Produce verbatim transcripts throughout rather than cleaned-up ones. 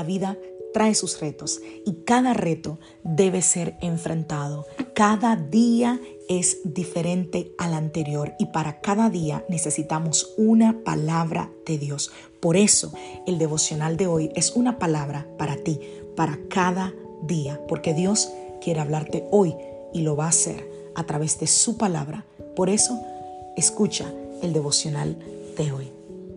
La vida trae sus retos y cada reto debe ser enfrentado. Cada día es diferente al anterior y para cada día necesitamos una palabra de Dios. Por eso el devocional de hoy es una palabra para ti, para cada día, porque Dios quiere hablarte hoy y lo va a hacer a través de su palabra. Por eso, escucha el devocional de hoy.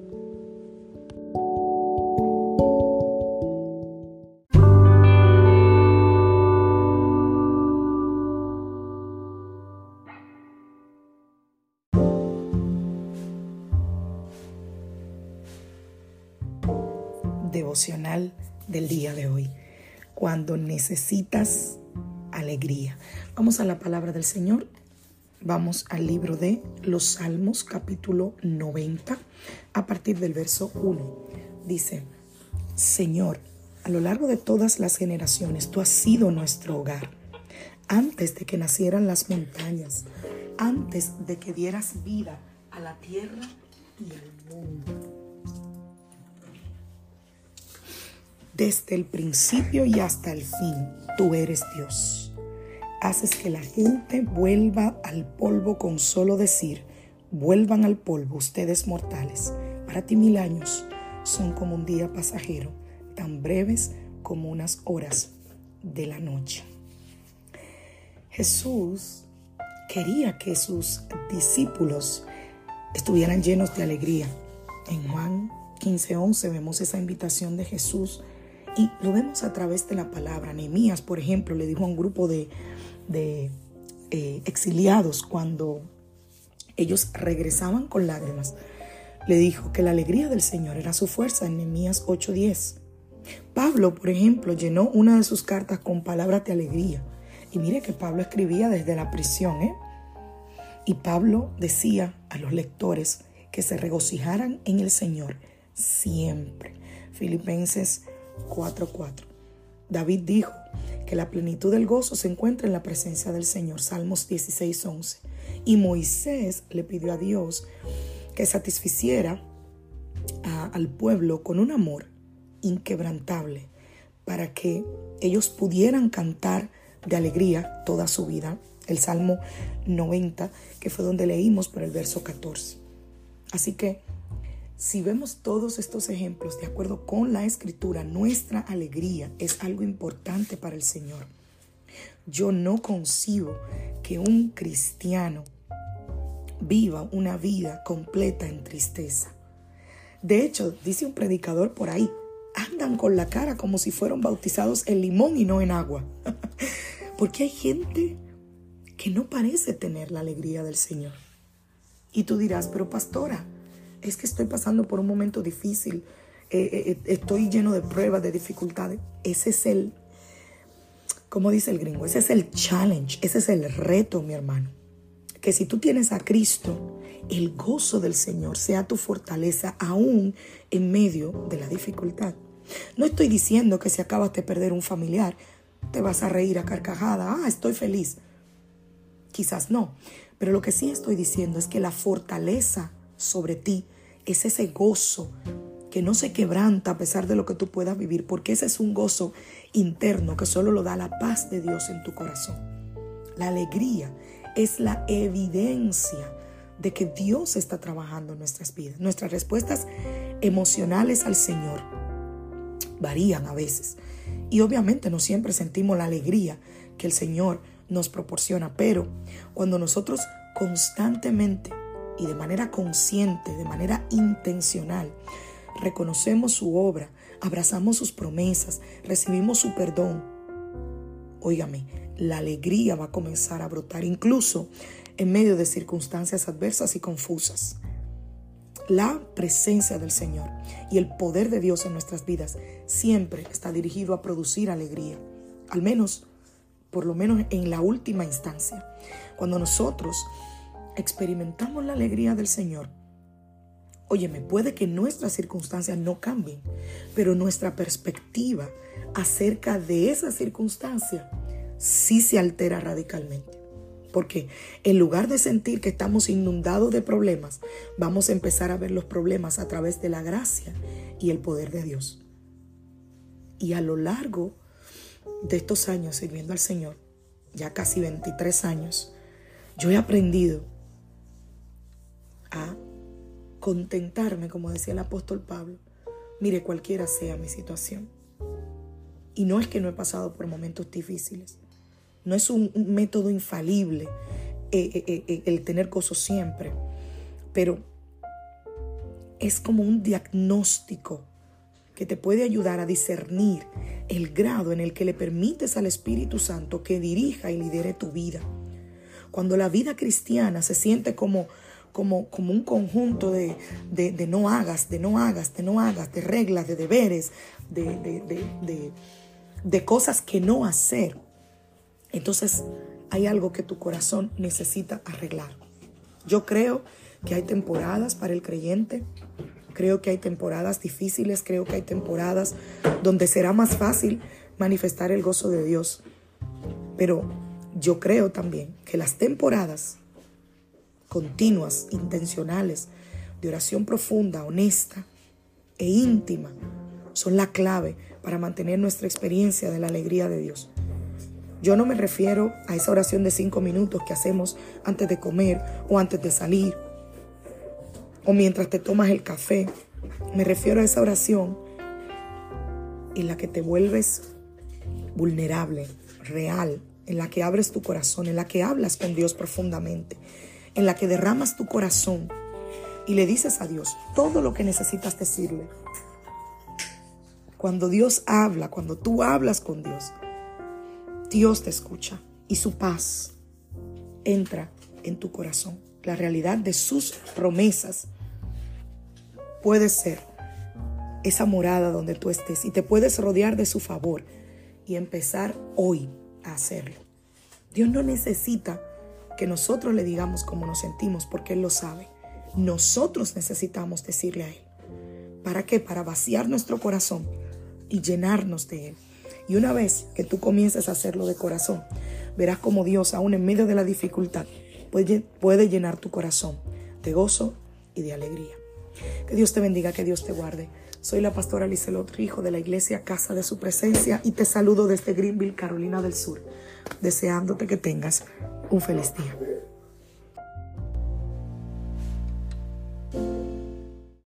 Devocional del día de hoy. Cuando necesitas alegría. Vamos a la palabra del Señor. Vamos al libro de los Salmos, capítulo noventa, a partir del verso uno. Dice: Señor, a lo largo de todas las generaciones, tú has sido nuestro hogar. Antes de que nacieran las montañas, antes de que dieras vida a la tierra y al mundo. Desde el principio y hasta el fin, tú eres Dios. Haces que la gente vuelva al polvo con solo decir: vuelvan al polvo ustedes mortales. Para ti mil años son como un día pasajero, tan breves como unas horas de la noche. Jesús quería que sus discípulos estuvieran llenos de alegría. En Juan quince once vemos esa invitación de Jesús. Y lo vemos a través de la palabra. Nehemías, por ejemplo, le dijo a un grupo de, de eh, exiliados cuando ellos regresaban con lágrimas. Le dijo que la alegría del Señor era su fuerza en Nehemías ocho diez. Pablo, por ejemplo, llenó una de sus cartas con palabras de alegría. Y mire que Pablo escribía desde la prisión, ¿eh? Y Pablo decía a los lectores que se regocijaran en el Señor siempre. Filipenses cuatro cuatro. David dijo que la plenitud del gozo se encuentra en la presencia del Señor. Salmos dieciséis once. Y Moisés le pidió a Dios que satisficiera a, al pueblo con un amor inquebrantable para que ellos pudieran cantar de alegría toda su vida. El Salmo noventa, que fue donde leímos por el verso catorce. Así que si vemos todos estos ejemplos de acuerdo con la Escritura, nuestra alegría es algo importante para el Señor. Yo no concibo que un cristiano viva una vida completa en tristeza. De hecho, dice un predicador por ahí, andan con la cara como si fueran bautizados en limón y no en agua. Porque hay gente que no parece tener la alegría del Señor. Y tú dirás, pero pastora, es que estoy pasando por un momento difícil, eh, eh, estoy lleno de pruebas, de dificultades. Ese es el, como dice el gringo, ese es el challenge, ese es el reto, mi hermano. Que si tú tienes a Cristo, el gozo del Señor sea tu fortaleza aún en medio de la dificultad. No estoy diciendo que si acabas de perder un familiar, te vas a reír a carcajada, ah, estoy feliz. Quizás no, pero lo que sí estoy diciendo es que la fortaleza sobre ti es ese gozo que no se quebranta a pesar de lo que tú puedas vivir, porque ese es un gozo interno que solo lo da la paz de Dios en tu corazón. La alegría es la evidencia de que Dios está trabajando en nuestras vidas. Nuestras respuestas emocionales al Señor varían a veces y obviamente no siempre sentimos la alegría que el Señor nos proporciona, pero cuando nosotros constantemente y de manera consciente, de manera intencional, reconocemos su obra, abrazamos sus promesas, recibimos su perdón, óigame, la alegría va a comenzar a brotar incluso en medio de circunstancias adversas y confusas. La presencia del Señor y el poder de Dios en nuestras vidas siempre está dirigido a producir alegría, al menos, por lo menos en la última instancia. Cuando nosotros experimentamos la alegría del Señor, óyeme, puede que nuestras circunstancias no cambien, pero nuestra perspectiva acerca de esa circunstancia sí se altera radicalmente. Porque en lugar de sentir que estamos inundados de problemas, vamos a empezar a ver los problemas a través de la gracia y el poder de Dios. Y a lo largo de estos años sirviendo al Señor, ya casi veintitrés años, yo he aprendido a contentarme, como decía el apóstol Pablo, mire, cualquiera sea mi situación. Y no es que no he pasado por momentos difíciles, no es un, un método infalible eh, eh, eh, el tener gozo siempre, pero es como un diagnóstico que te puede ayudar a discernir el grado en el que le permites al Espíritu Santo que dirija y lidere tu vida. Cuando la vida cristiana se siente como, como, como un conjunto de, de, de no hagas, de no hagas, de no hagas, de reglas, de deberes, de, de, de, de, de cosas que no hacer, entonces hay algo que tu corazón necesita arreglar. Yo creo que hay temporadas para el creyente. Creo que hay temporadas difíciles, creo que hay temporadas donde será más fácil manifestar el gozo de Dios. Pero yo creo también que las temporadas continuas, intencionales, de oración profunda, honesta e íntima, son la clave para mantener nuestra experiencia de la alegría de Dios. Yo no me refiero a esa oración de cinco minutos que hacemos antes de comer o antes de salir, o mientras te tomas el café. Me refiero a esa oración en la que te vuelves vulnerable, real, en la que abres tu corazón, en la que hablas con Dios profundamente, en la que derramas tu corazón y le dices a Dios todo lo que necesitas decirle. Cuando Dios habla, cuando tú hablas con Dios, Dios te escucha y su paz entra en tu corazón. La realidad de sus promesas puede ser esa morada donde tú estés y te puedes rodear de su favor y empezar hoy a hacerlo. Dios no necesita que nosotros le digamos cómo nos sentimos porque Él lo sabe. Nosotros necesitamos decirle a Él. ¿Para qué? Para vaciar nuestro corazón y llenarnos de Él. Y una vez que tú comiences a hacerlo de corazón, verás cómo Dios, aún en medio de la dificultad, puede, puede llenar tu corazón de gozo y de alegría. Que Dios te bendiga, que Dios te guarde. Soy la pastora Lizelot Rijo de la iglesia Casa de Su Presencia y te saludo desde Greenville, Carolina del Sur, deseándote que tengas un feliz día.